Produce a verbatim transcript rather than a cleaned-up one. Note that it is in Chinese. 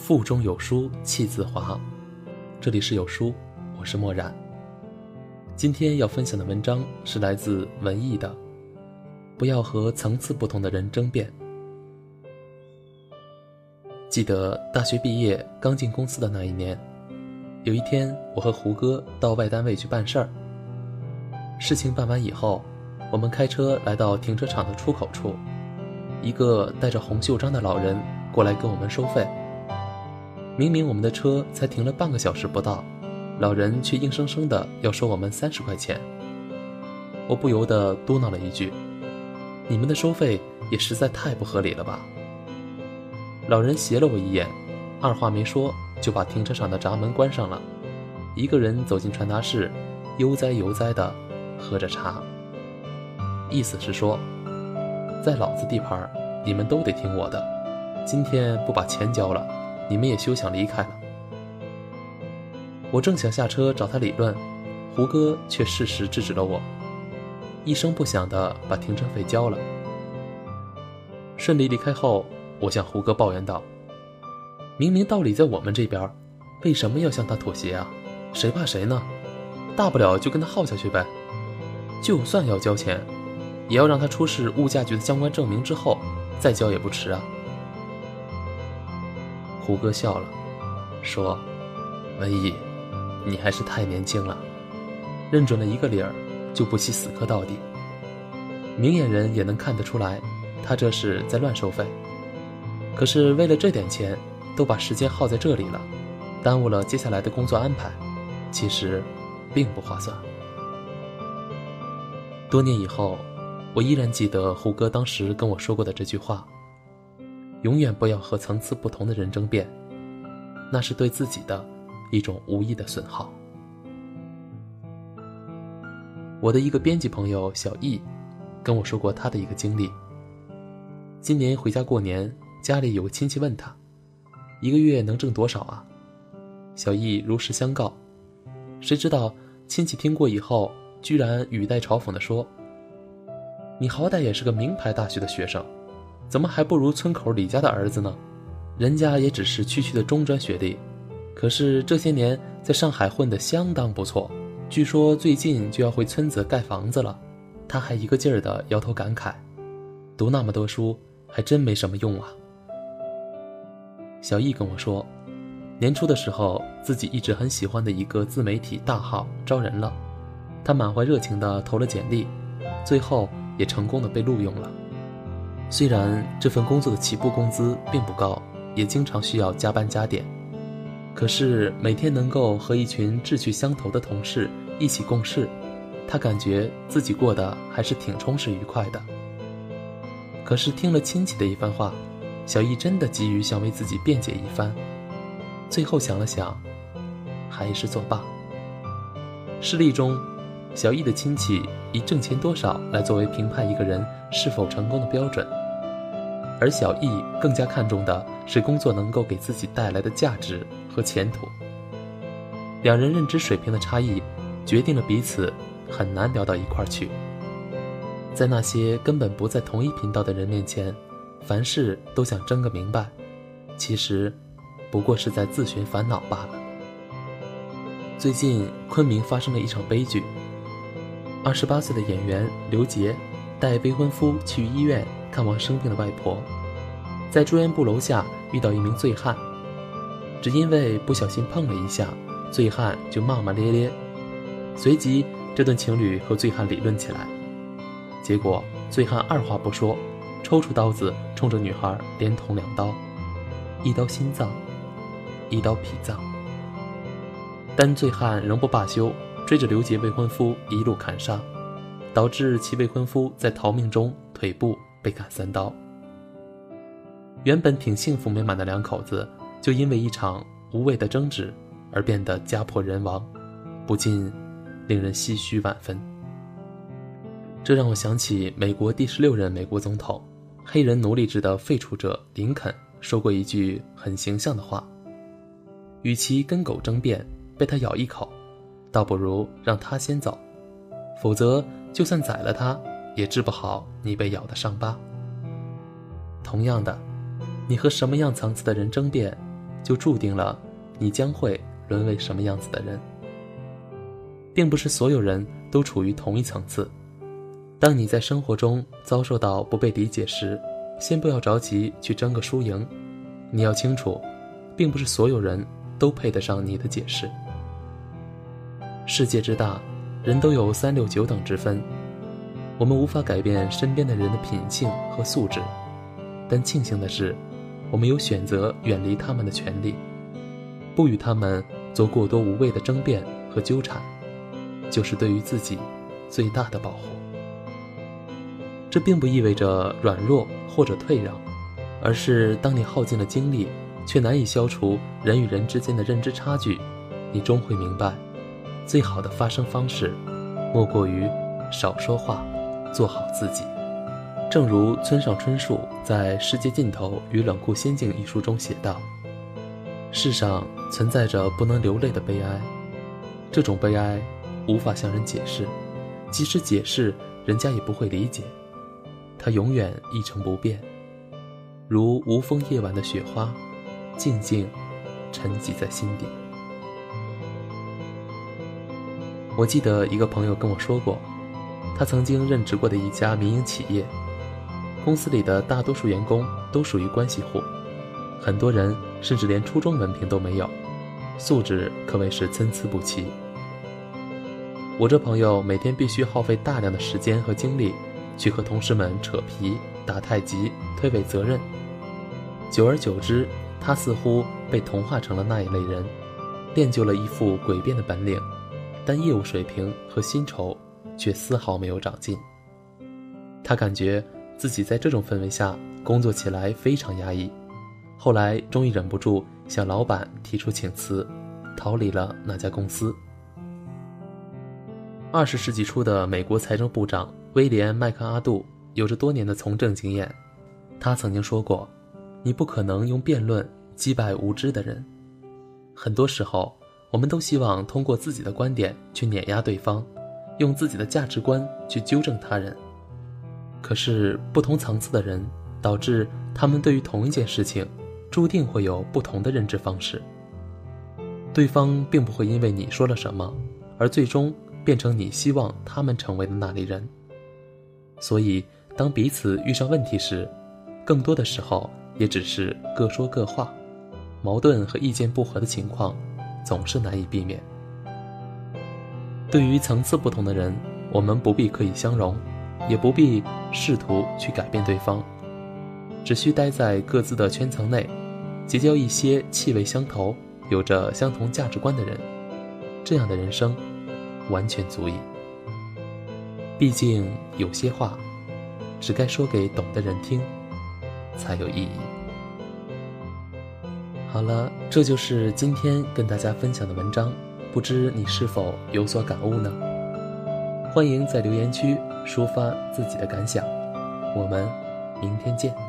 腹中有书气自华。这里是有书，我是漠然。今天要分享的文章是来自文艺的，不要和层次不同的人争辩。记得大学毕业刚进公司的那一年，有一天我和胡歌到外单位去办事儿。事情办完以后，我们开车来到停车场的出口处，一个戴着红袖章的老人过来跟我们收费。明明我们的车才停了半个小时不到，老人却硬生生的要收我们三十块钱。我不由得嘟囔了一句：你们的收费也实在太不合理了吧。老人斜了我一眼，二话没说就把停车场的闸门关上了，一个人走进传达室，悠哉悠哉的喝着茶。意思是说，在老子地盘你们都得听我的，今天不把钱交了，你们也休想离开了。我正想下车找他理论，胡歌却适时制止了我，一声不响地把停车费交了。顺利离开后，我向胡歌抱怨道：明明道理在我们这边，为什么要向他妥协啊？谁怕谁呢？大不了就跟他耗下去呗，就算要交钱，也要让他出示物价局的相关证明之后再交也不迟啊。胡歌笑了，说：文艺，你还是太年轻了，认准了一个理儿就不惜死磕到底。明眼人也能看得出来，他这是在乱收费。可是为了这点钱都把时间耗在这里了，耽误了接下来的工作安排，其实并不划算。多年以后，我依然记得胡歌当时跟我说过的这句话：永远不要和层次不同的人争辩，那是对自己的一种无意的损耗。我的一个编辑朋友小易跟我说过他的一个经历。今年回家过年，家里有个亲戚问他，一个月能挣多少啊？小易如实相告，谁知道亲戚听过以后，居然语带嘲讽地说：你好歹也是个名牌大学的学生，怎么还不如村口李家的儿子呢？人家也只是区区的中专学历，可是这些年在上海混得相当不错，据说最近就要回村子盖房子了。他还一个劲儿地摇头感慨，读那么多书还真没什么用啊。小易跟我说，年初的时候自己一直很喜欢的一个自媒体大号招人了，他满怀热情地投了简历，最后也成功地被录用了。虽然这份工作的起步工资并不高，也经常需要加班加点，可是每天能够和一群志趣相投的同事一起共事，他感觉自己过得还是挺充实愉快的。可是听了亲戚的一番话，小易真的急于想为自己辩解一番，最后想了想，还是作罢。事例中，小易的亲戚以挣钱多少来作为评判一个人是否成功的标准，而小易更加看重的是工作能够给自己带来的价值和前途。两人认知水平的差异决定了彼此很难聊到一块儿去。在那些根本不在同一频道的人面前，凡事都想争个明白，其实不过是在自寻烦恼罢了。最近昆明发生了一场悲剧，二十八岁的演员刘杰带未婚夫去医院看望生病的外婆，在住院部楼下遇到一名醉汉，只因为不小心碰了一下，醉汉就骂骂咧咧。随即这对情侣和醉汉理论起来，结果醉汉二话不说，抽出刀子冲着女孩连捅两刀，一刀心脏，一刀脾脏。但醉汉仍不罢休，追着刘杰未婚夫一路砍杀，导致其未婚夫在逃命中腿部被砍三刀。原本挺幸福美满的两口子，就因为一场无谓的争执而变得家破人亡，不禁令人唏嘘万分。这让我想起美国第十六任美国总统黑人奴隶制的废除者林肯说过一句很形象的话：与其跟狗争辩被它咬一口，倒不如让它先走，否则就算宰了它也治不好你被咬的伤疤。同样的，你和什么样层次的人争辩， 就注定了你将会沦为什么样子的人。并不是所有人都处于同一层次。当你在生活中遭受到不被理解时，先不要着急去争个输赢，你要清楚，并不是所有人都配得上你的解释。世界之大，人都有三六九等之分，我们无法改变身边的人的品性和素质，但庆幸的是，我们有选择远离他们的权利，不与他们做过多无谓的争辩和纠缠，就是对于自己最大的保护。这并不意味着软弱或者退让，而是当你耗尽了精力，却难以消除人与人之间的认知差距，你终会明白，最好的发声方式，莫过于少说话，做好自己。正如村上春树在《世界尽头与冷酷仙境》一书中写道，世上存在着不能流泪的悲哀，这种悲哀无法向人解释，即使解释，人家也不会理解，它永远一成不变，如无风夜晚的雪花，静静沉积在心底。我记得一个朋友跟我说过，他曾经任职过的一家民营企业，公司里的大多数员工都属于关系户，很多人甚至连初中文凭都没有，素质可谓是参差不齐。我这朋友每天必须耗费大量的时间和精力去和同事们扯皮、打太极、推诿责任，久而久之，他似乎被同化成了那一类人，练就了一副诡辩的本领，但业务水平和薪酬却丝毫没有长进。他感觉自己在这种氛围下工作起来非常压抑，后来终于忍不住向老板提出请辞，逃离了那家公司。二十世纪初的美国财政部长威廉·麦克阿杜有着多年的从政经验，他曾经说过，你不可能用辩论击败无知的人。很多时候，我们都希望通过自己的观点去碾压对方，用自己的价值观去纠正他人。可是不同层次的人，导致他们对于同一件事情注定会有不同的认知方式。对方并不会因为你说了什么而最终变成你希望他们成为的那类人。所以当彼此遇上问题时，更多的时候也只是各说各话，矛盾和意见不合的情况总是难以避免。对于层次不同的人，我们不必刻意相容，也不必试图去改变对方，只需待在各自的圈层内，结交一些气味相投、有着相同价值观的人，这样的人生完全足以。毕竟有些话只该说给懂的人听才有意义。好了，这就是今天跟大家分享的文章，不知你是否有所感悟呢？欢迎在留言区抒发自己的感想，我们明天见。